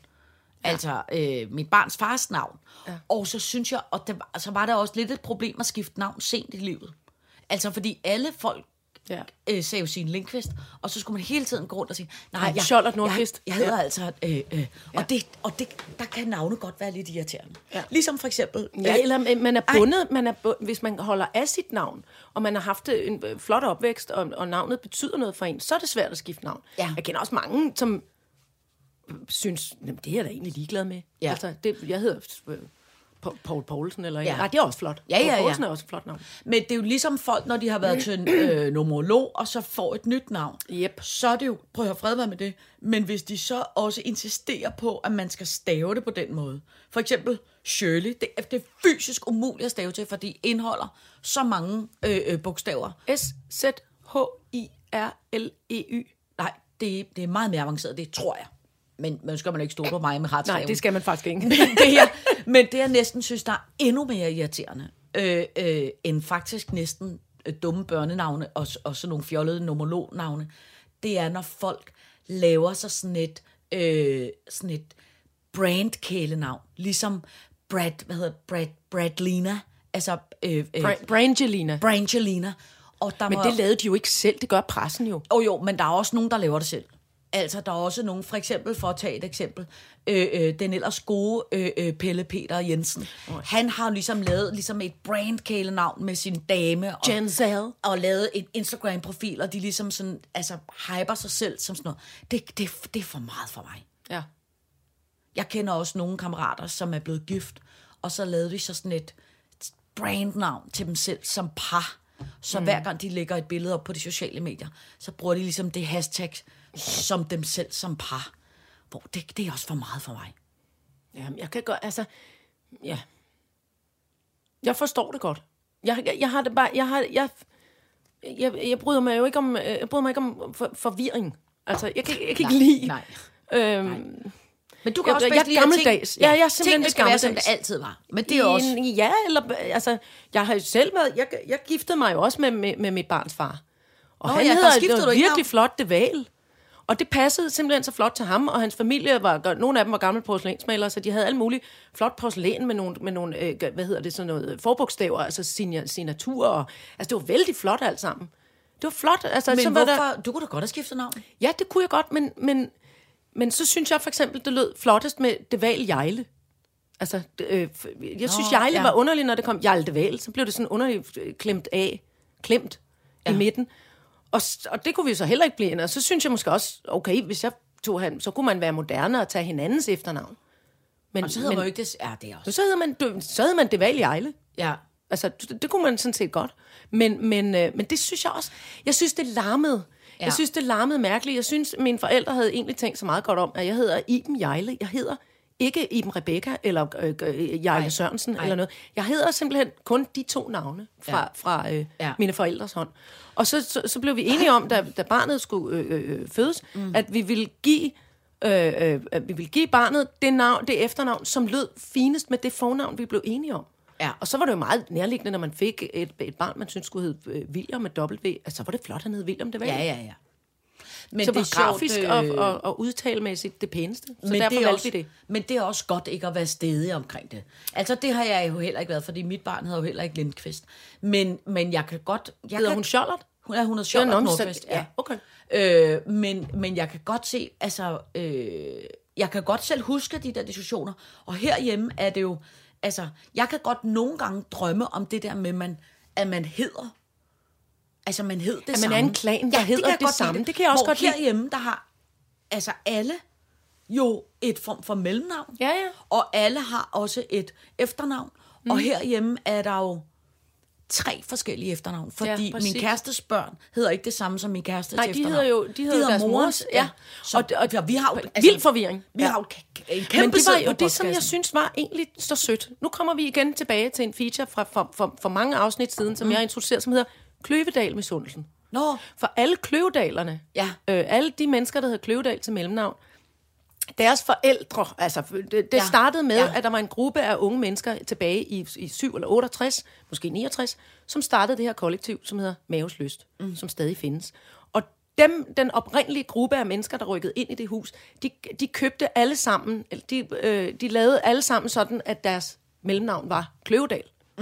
mit barns fars navn. Ja. Og så synes jeg, så var der også lidt et problem at skifte navn sent i livet. Altså fordi alle folk sagde jo sin Lindqvist, og så skulle man hele tiden gå rundt og sige, nej, Charlotte Nordqvist. Jeg hedder altså, og der kan navne godt være lidt irriterende. Ja. Ligesom for eksempel... Ja, eller man er bundet, hvis man holder af sit navn, og man har haft en flot opvækst, og navnet betyder noget for en, så er det svært at skifte navn. Ja. Jeg kender også mange, som synes, det er jeg da egentlig ligeglad med. Ja. Altså, jeg hedder... Paul Poulsen, eller nej, det er også flot. Ja. Paul Poulsen er også et flot navn. Men det er jo ligesom folk, når de har været til numerolog, og så får et nyt navn. Yep. Så er det jo, prøv at høre fred med det, men hvis de så også insisterer på, at man skal stave det på den måde. For eksempel Shirley, det er fysisk umuligt at stave til, fordi det indeholder så mange bogstaver. S-Z-H-I-R-L-E-Y. Nej, det er meget mere avanceret, det tror jeg. Men skal man ikke stole på mig med retsstaven. Nej, det skal man faktisk ikke. men det jeg næsten synes, der er endnu mere irriterende, end faktisk næsten dumme børnenavne og sådan nogle fjollede numerolognavne, det er, når folk laver sig sådan et brandkælenavn. Ligesom Bradlina. Altså... Brangelina. Brangelina. Men det lavede de jo ikke selv, det gør pressen jo. Jo, men der er også nogen, der laver det selv. Altså, der er også nogen, for eksempel, for at tage et eksempel, den ellers gode Pelle Peter Jensen. Han har ligesom lavet et brandkælenavn med sin dame. Og lavet en Instagram-profil, og de ligesom sådan, altså, hyper sig selv som sådan noget. Det er for meget for mig. Ja. Jeg kender også nogle kammerater, som er blevet gift, og så lavede de så sådan et brandnavn til dem selv som par. Så hver gang de lægger et billede op på de sociale medier, så bruger de ligesom det hashtag som dem selv som par. Hvor det er også for meget for mig. Jamen, jeg kan godt, altså... Ja. Jeg forstår det godt. Jeg har det bare... Jeg bryder mig jo ikke om... Jeg bryder mig ikke om forvirring. Altså, jeg kan ikke lide... Nej. Men du kan også bedst lide gammeldags. Ja, jeg er simpelthen det skal være, som det altid var. Men det er også... Ja, eller... Altså, jeg har jo selv været... Jeg giftede mig jo også med mit barns far. Og han hedder virkelig flot det Val. Og det passede simpelthen så flot til ham, og hans familie nogle af dem var gamle porcelænsmalere, så de havde alle mulige flot porcelæn med nogle hvad hedder det, sådan noget forbogstaver, altså signaturer, og altså det var vældig flot alt sammen. Det var flot. Altså, men så hvorfor? Du kunne da godt have skiftet navn. Ja, det kunne jeg godt, men så synes jeg for eksempel, det lød flottest med det Val Jejle. Altså, jeg synes Jejle var underligt, når det kom Jejle det Val, så blev det sådan underligt klemt i midten. Og det kunne vi så heller ikke blive. Og så synes jeg måske også, okay, hvis jeg tog han, så kunne man være moderne og tage hinandens efternavn. Men og så hedder man jo ikke det. Ja, det er også. Så hedder man det Val Jejle. Ja. Altså, det kunne man sådan set godt. Men det synes jeg også. Jeg synes, det larmede. Ja. Jeg synes, det larmede mærkeligt. Jeg synes, mine forældre havde egentlig tænkt så meget godt om, at jeg hedder Iben Jejle. Jeg hedder ikke Iben Rebecca eller Jejle Sørensen eller noget. Jeg hedder simpelthen kun de 2 navne fra mine forældres hånd. Og så blev vi enige om, da barnet skulle fødes, at vi ville give barnet det efternavn, som lød finest med det fornavn, vi blev enige om. Ja. Og så var det jo meget nærliggende, når man fik et barn, man synes skulle hedde William med W. Altså, så var det flot, han hed William, det var Ja. Men så det er var grafisk sjovt, og udtalemæssigt det pæneste. Så derfor valgte vi det. Men det er også godt ikke at være stedig omkring det. Altså, det har jeg jo heller ikke været, fordi mit barn hedder jo heller ikke Lindqvist. Men jeg kan godt... Hedder hun Charlotte? Hun hedder Charlotte Nordqvist, ja. Okay. Men jeg kan godt se, altså... jeg kan godt selv huske de der diskussioner. Og herhjemme er det jo... Altså, jeg kan godt nogle gange drømme om det der med, at man hedder... Altså, man hed det samme. Man er en klan, der hedder det samme. Det kan jeg også godt lide. Herhjemme, der har altså alle jo et form for mellemnavn. Ja. Og alle har også et efternavn. Og herhjemme er der jo 3 forskellige efternavn. Fordi min kærestes børn hedder ikke det samme som min kærestes efternavn. Nej, de hedder deres mors. Ja. Og vi har jo... Vild forvirring. Vi har jo en kæmpe. Men det var jo det, som jeg synes var egentlig så sødt. Nu kommer vi igen tilbage til en feature fra mange afsnit siden, som jeg har introduceret, som hedder Kløvedal misundelsen. Nå. For alle kløvedalerne, alle de mennesker, der hedder Kløvedal til mellemnavn, deres forældre, altså det startede med, at der var en gruppe af unge mennesker tilbage i 7 eller 68, måske 69, som startede det her kollektiv, som hedder Maves Lyst, som stadig findes. Og den oprindelige gruppe af mennesker, der rykkede ind i det hus, de købte alle sammen, de lavede alle sammen sådan, at deres mellemnavn var Kløvedal.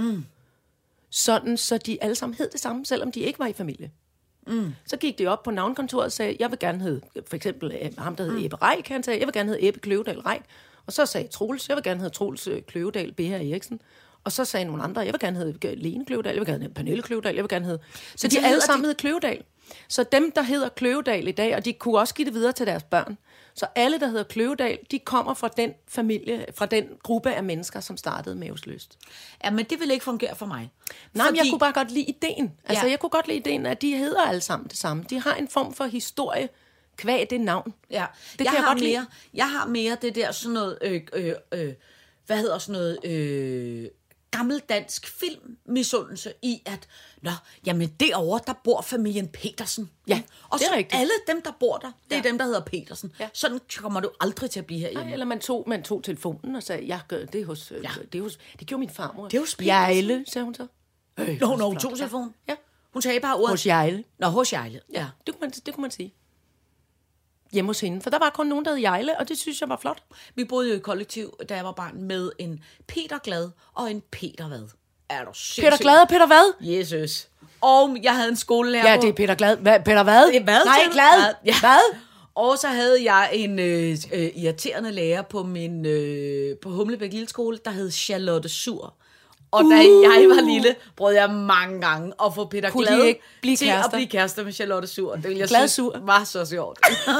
Sådan, så de alle sammen hed det samme, selvom de ikke var i familie. Så gik de op på navnkontoret og sagde, jeg vil gerne hedde, for eksempel ham, der hed Ebbe Reik, han sagde, jeg vil gerne hedde Ebbe Kløvedal Reik. Og så sagde Troels, jeg vil gerne hedde Troels Kløvedal B.H. Eriksen. Og så sagde nogle andre, jeg vil gerne hedde Lene Kløvedal, jeg vil gerne hedde Pernille Kløvedal, jeg vil gerne hedde... Så de alle sammen hed Kløvedal. Så dem, der hedder Kløvedal i dag, og de kunne også give det videre til deres børn. Så alle, der hedder Kløvedal, de kommer fra den familie, fra den gruppe af mennesker, som startede Maves Lyst. Ja, men det vil ikke fungere for mig. Nej, men jeg kunne bare godt lide ideen. Altså, jeg kunne godt lide ideen, at de hedder alle sammen det samme. De har en form for historie, kvad det navn. Ja, det kan jeg godt lide. Jeg har mere det der sådan noget, hvad hedder sådan noget, gammeldansk filmmisundelse i, at jamen derovre, der bor familien Petersen. Ja, og det er så rigtigt. alle dem, der bor der, det er dem, der hedder Petersen. Ja. Sådan kommer du aldrig til at blive herhjemme. Nej, eller man tog telefonen og sagde, jeg gør det hos... Det gjorde min farmor. Det er hos Jejle, sagde hun så. Hun tog telefonen? Ja. Hun sagde bare ordet... Hos Jejle. Nå, hos Jejle, ja. Det kunne man sige. Hjemme hos hende. For der var kun nogen, der hed Jejle, og det synes jeg var flot. Vi boede jo i kollektiv, da jeg var barn, med en Peter Glad og en Peter Vad. Er du sindssygt? Peter Glad og Peter Vad? Jesus. Og jeg havde en skolelærer Ja, det er Peter Glad. Peter Vad? Det er Vad. Nej, Glad. Ja. Hvad? Og så havde jeg en irriterende lærer på min på Humlebæk Lille Skole, der hed Charlotte Sur. Og da jeg var lille, prøvede jeg mange gange at få Peter Kunne Glad de ikke blive til kærester? at blive kærester med Charlotte Sur. Det ville jeg Glad synes Sur. var så sjovt.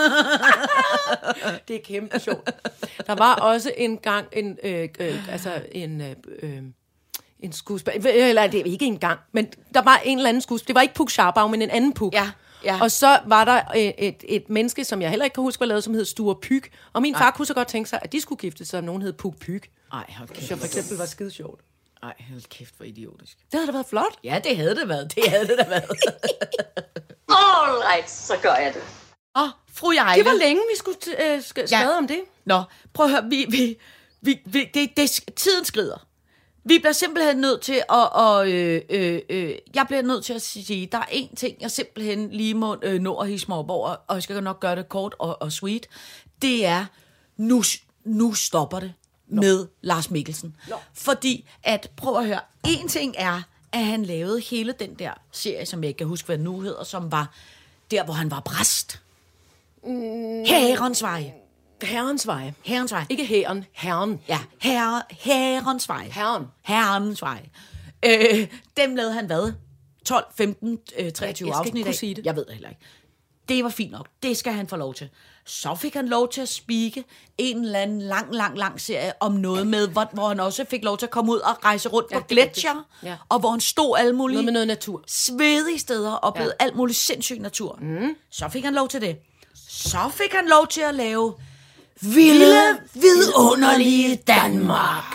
Det er kæmpe sjovt. Der var også engang en skuespiller, eller det er ikke engang, men der var en eller anden skuespiller. Det var ikke Puk Scharbaum, men en anden Puk. Ja. Og så var der et menneske, som jeg heller ikke kan huske, hvad lavede, som hed Sture Pyg. Og min far kunne så godt tænke sig, at de skulle gifte sig, om nogen hed Puk Pyg. Ej, hold kæft. Som for eksempel var skide sjovt. Ej, hold kæft, hvor idiotisk. Det havde da været flot. Ja, det havde det været. Det havde det da været. All right, så gør jeg det. Fru Jejle. Det var længe, vi skulle skrive om det. Nå, prøv at høre, tiden skrider. Vi bliver simpelthen nødt til jeg bliver nødt til at sige, der er én ting, jeg simpelthen lige må nå at hisse mig op over, og jeg skal nok gøre det kort og sweet. Det er, nu stopper det med Lars Mikkelsen. Fordi, prøv at høre, én ting er, at han lavede hele den der serie, som jeg ikke kan huske, hvad den nu hedder, som var der, hvor han var præst. Herrens Vej. Herrens Vej. Herrens Vej. Ikke herren, herren. Ja, Herrens Vej. Herrens Vej. Dem lavede han hvad? 12, 15, 23 afsnit af. Sige det. Jeg ved det heller ikke. Det var fint nok. Det skal han få lov til. Så fik han lov til at speake en eller anden lang serie om noget med, hvor han også fik lov til at komme ud og rejse rundt på gletsjer, og hvor han stod alle mulige noget med noget natur. Svedige steder og oplevede alt muligt sindssyg natur. Så fik han lov til det. Så fik han lov til at lave Vilde vidunderlige Danmark.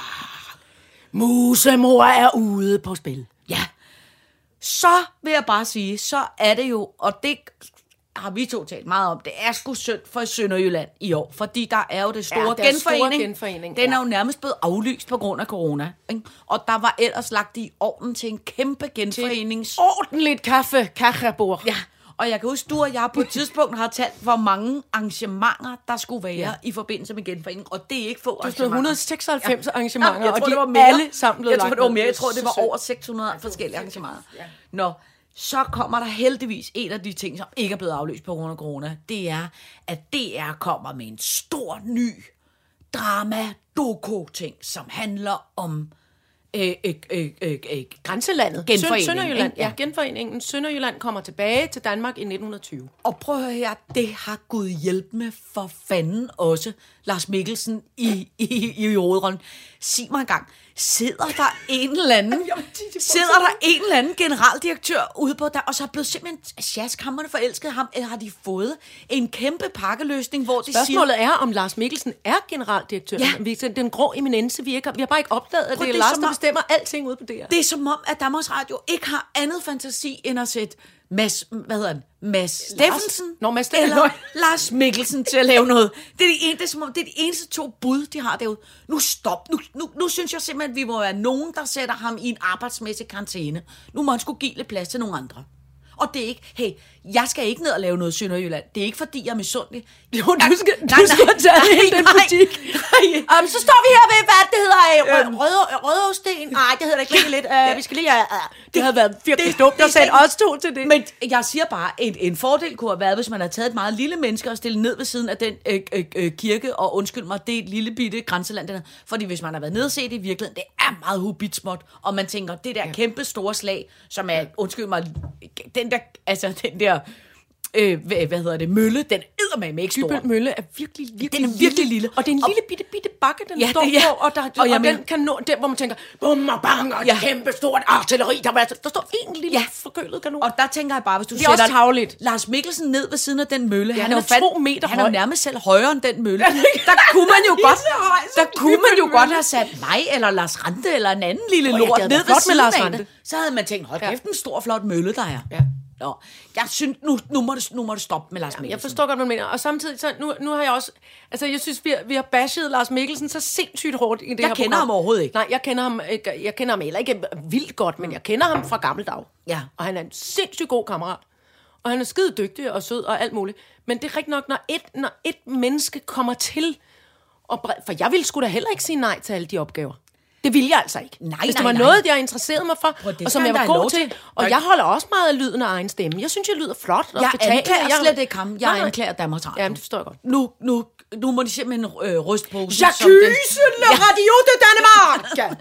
Musemor er ude på spil. Ja. Så vil jeg bare sige, så er det jo, og det har vi to talt meget om, det er sgu synd for Sønderjylland i år, fordi der er jo det store genforening. Den er jo nærmest blevet aflyst på grund af corona. Ikke? Og der var ellers lagt i ovnen til en kæmpe genforenings... Ordentligt kaffebord. Ja, og jeg kan huske, du og jeg på et tidspunkt har talt, hvor mange arrangementer, der skulle være i forbindelse med genforeningen, og det er ikke få arrangementer. 196 arrangementer, jeg tror, og det var de mere. alle sammen blevet lagt. Jeg tror, det var mere. Jeg tror, det var over 600 forskellige arrangementer. Ja. Nå, så kommer der heldigvis en af de ting, som ikke er blevet afløst på grund af corona. Det er, at DR kommer med en stor, ny drama-doku-ting, som handler om grænselandet. Genforeningen. Sønderjylland. Ja, genforeningen. Sønderjylland kommer tilbage til Danmark i 1920. Og prøv at høre her, det har Gud hjælp med for fanden også Lars Mikkelsen i hovedrollen. Sig mig engang, sidder der en eller anden generaldirektør ude på der, og så er blevet simpelthen sjaskammerne forelsket ham, eller har de fået en kæmpe pakkeløsning, hvor de Spørgsmålet er, om Lars Mikkelsen er generaldirektør. Ja. Den grå eminence, vi har bare ikke opdaget, at det er Lars, der bestemmer alting ude på DR. Det er som om, at Danmarks Radio ikke har andet fantasi, end at sætte Mads Steffensen eller Lars Mikkelsen til at lave noget. Det er de eneste to bud, de har derude. Nu stop. Nu synes jeg simpelthen, at vi må være nogen, der sætter ham i en arbejdsmæssig karantæne. Nu må han skulle give lidt plads til nogle andre. Og det er ikke, jeg skal ikke ned og lave noget Sønderjylland. Det er ikke, fordi jeg er misundelig. Jo, du skal tage hele den butik. Så står vi her ved, hvad det hedder, Rødovsten. Nej, det hedder ikke lidt. Vi skal lige... Det havde været virkelig dumt at sætte os to til det. Men jeg siger bare, en fordel kunne have været, hvis man havde taget et meget lille menneske og stillet ned ved siden af den kirke, og undskyld mig, det lille bitte grænseland. Fordi hvis man har været nede og set det i virkeligheden, det er meget hubitsmåt, og man tænker, det der kæmpe store slag, som er, undskyld mig, den der mølle, den eddermame ikke stor. Dybbøl Mølle er virkelig lille. Og det er en lille bitte bakke, den står på, og den kan nå der, hvor man tænker, bum og bang, og kæmpe stort artilleri, der står en lille forkølet kanon. Og der tænker jeg bare, hvis du det er også tavligt. Lars Mikkelsen ned ved siden af den mølle, han er 2 meter høj. Han er nærmest selv højere end den mølle. Der kunne man jo godt have sat mig, eller Lars Rante, eller en anden lille lort ned ved siden af det. Så havde man tænkt, hold kæft, en stor, flot mølle, der er. Ja. Nå, jeg synes, nu må det stoppe med Lars Mikkelsen. Jeg forstår godt, hvad du mener. Og samtidig, så nu har jeg også... Altså, jeg synes, vi har bashet Lars Mikkelsen så sindssygt hårdt i det her program. Jeg kender ham overhovedet ikke. Nej, jeg kender ham heller ikke vildt godt, men jeg kender ham fra gammel dag. Ja. Og han er en sindssygt god kammerat. Og han er skide dygtig og sød og alt muligt. Men det er rigtig nok, når et menneske kommer til... For jeg ville sgu da heller ikke sige nej til alle de opgaver. Det ville jeg altså ikke. Hvis det var noget, jeg interesserede mig for, og som jeg var god til. Og jeg holder også meget af lyden af egen stemme. Jeg synes, jeg lyder flot. Jeg anklager slet ikke ham. Jeg anklager Danmarks Radio. Jamen, det forstår jeg godt. Nu må de simpelthen ryste på. J'accuse le radio de Danmark!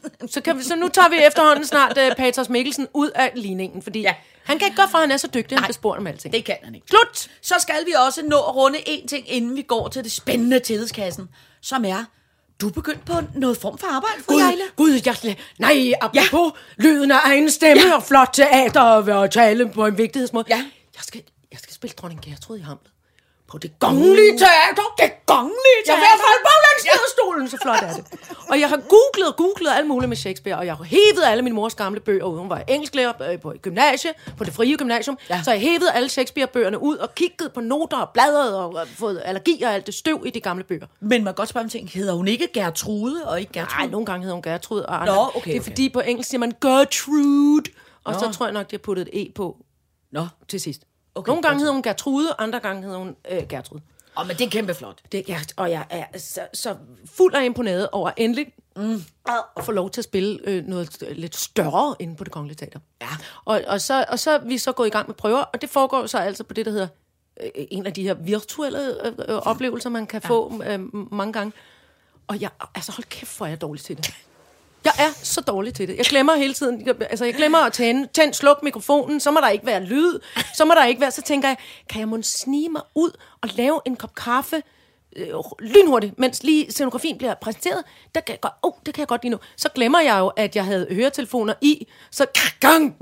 Så nu tager vi efterhånden snart Paters Mikkelsen ud af ligningen, fordi han kan ikke gøre for, at han er så dygtig, han bliver spurgt om alting. Det kan han ikke. Slut! Så skal vi også nå at runde en ting, inden vi går til det spændende tillidskassen, som er... Du er begyndt på noget form for arbejde, fru Jejle. Nej, apropos lyden af egen stemme og flot teater og tale på en vigtighedsmåde. Ja. Jeg skal spille Dronning Gertrud i Hamlet. På det kongelige teater. Det kongelige teater. Jeg vil falde baglæns ned af stolen, så flot er det. Og jeg har googlet alt muligt med Shakespeare, og jeg har hævet alle min mors gamle bøger ud. Hun var engelsklærer på et gymnasie, på det frie gymnasium. Ja. Så jeg hævede alle Shakespeare-bøgerne ud og kiggede på noter og bladrede og fået allergi og alt det støv i de gamle bøger. Men man kan godt spørge om ting. Hedder hun ikke Gertrude og ikke Gertrud? Nej, nogle gange hedder hun Gertrud. Og Nå, okay, det er fordi på engelsk siger man Gertrude. Og så tror jeg nok, de har puttet et E på til sidst. Okay, nogle gange hedder hun Gertrude, andre gange hedder hun Gertrud. Men det er kæmpe flot. Og jeg er så fuld af imponeret over endelig at få lov til at spille noget lidt større inde på Det Kongelige Teater. Ja. Og så er vi så gået i gang med prøver, og det foregår så altså på det, der hedder en af de her virtuelle oplevelser, man kan få mange gange. Og hold kæft, hvor er jeg dårlig til det. Jeg er så dårlig til det. Jeg glemmer hele tiden. Jeg glemmer at tænde, sluk mikrofonen, så må der ikke være lyd. Så tænker jeg, kan jeg måske snige mig ud og lave en kop kaffe lynhurtigt, mens lige scenografien bliver præsenteret, det kan jeg godt lige nu. Så glemmer jeg jo, at jeg havde høretelefoner i, så gang,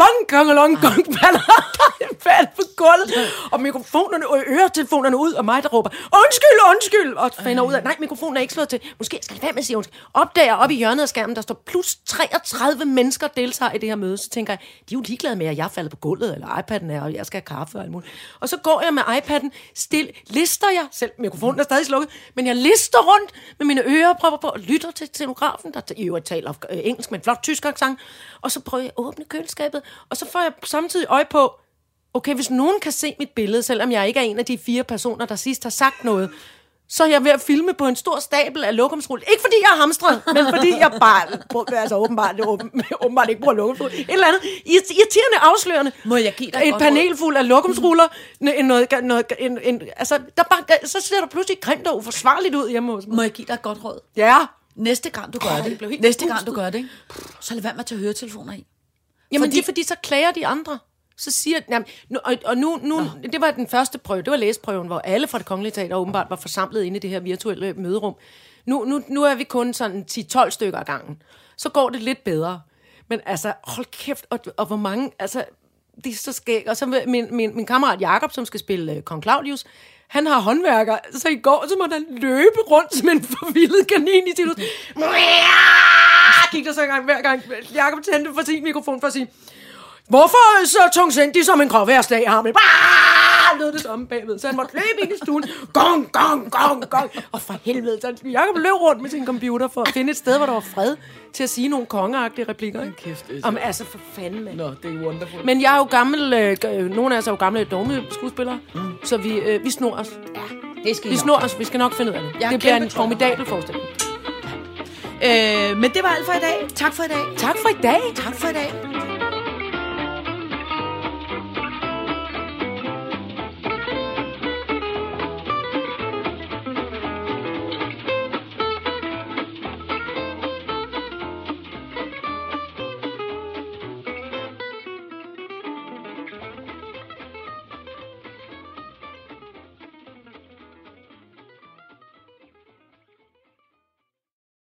falder på gulvet, og mikrofonerne og øretelefonerne ud, og mig, der råber, undskyld, og finder ud af, nej, mikrofonen er ikke slået til. Måske skal jeg være med at sige undskyld. Opdager op i hjørnet af skærmen, der står plus 33 mennesker deltager i det her møde, så tænker jeg, de er jo ligeglade med, at jeg falder på gulvet, eller iPad'en er, og jeg skal have kaffe og alt muligt. Og så går jeg med iPad'en, lister jeg, selv mikrofonen er stadig slukket, men jeg lister rundt med mine ørepropper på, og lytter til scenografen, der i øvrigt taler engelsk med en flot tysk accent, og så prøver jeg at åbne køleskabet, og så får jeg samtidig øje på, okay, hvis nogen kan se mit billede, selvom jeg ikke er en af de 4 personer, der sidst har sagt noget, så er jeg ved at filme på en stor stabel af lokumsrulle. Ikke fordi jeg er hamstret, men fordi jeg bare, altså åbenbart ikke bruger lokumsrulle. Et eller andet irriterende afslørende. Må jeg give dig et panel fuld af lokumsruller. Så ser der pludselig grimt og uforsvarligt ud hjemme hos mig. Må jeg give dig et godt råd? Ja. Næste gang du gør det, ikke? Så lad være med at tage høretelefoner i. Jamen det er fordi, så klager de andre. Så siger det var den første prøve, det var læseprøven, hvor alle fra Det Kongelige Teater åbenbart var forsamlet inde i det her virtuelle møderum. Nu er vi kun sådan 10-12 stykker ad gangen. Så går det lidt bedre. Men altså, hold kæft, og hvor mange, altså, det er så skægt. Og så min kammerat Jakob, som skal spille Kong Claudius, han har håndværker, så i går, så måtte han løbe rundt som en forvildet kanin i situationen. Gik der så en gang, hver gang Jakob tændte for sin mikrofon for at sige, hvorfor så tungsindig som en gråværsdag har man? Lød det samme bagved, så han måtte løbe ind i stuen. Gong. Og for helvede, så Jakob løb rundt med sin computer for at finde et sted, hvor der var fred til at sige nogle kongeagtige replikker. Jamen altså, for fanden, mand. Nå, det er wonderful. Men jeg er jo gammel, nogle af os er jo gamle dogme-skuespillere, så vi snor os. Ja, det skal vi snor os, vi skal nok finde ud af det. Det bliver en formidabel forestilling. Men det var alt for i dag. Tak for i dag. Tak for i dag. Tak for i dag.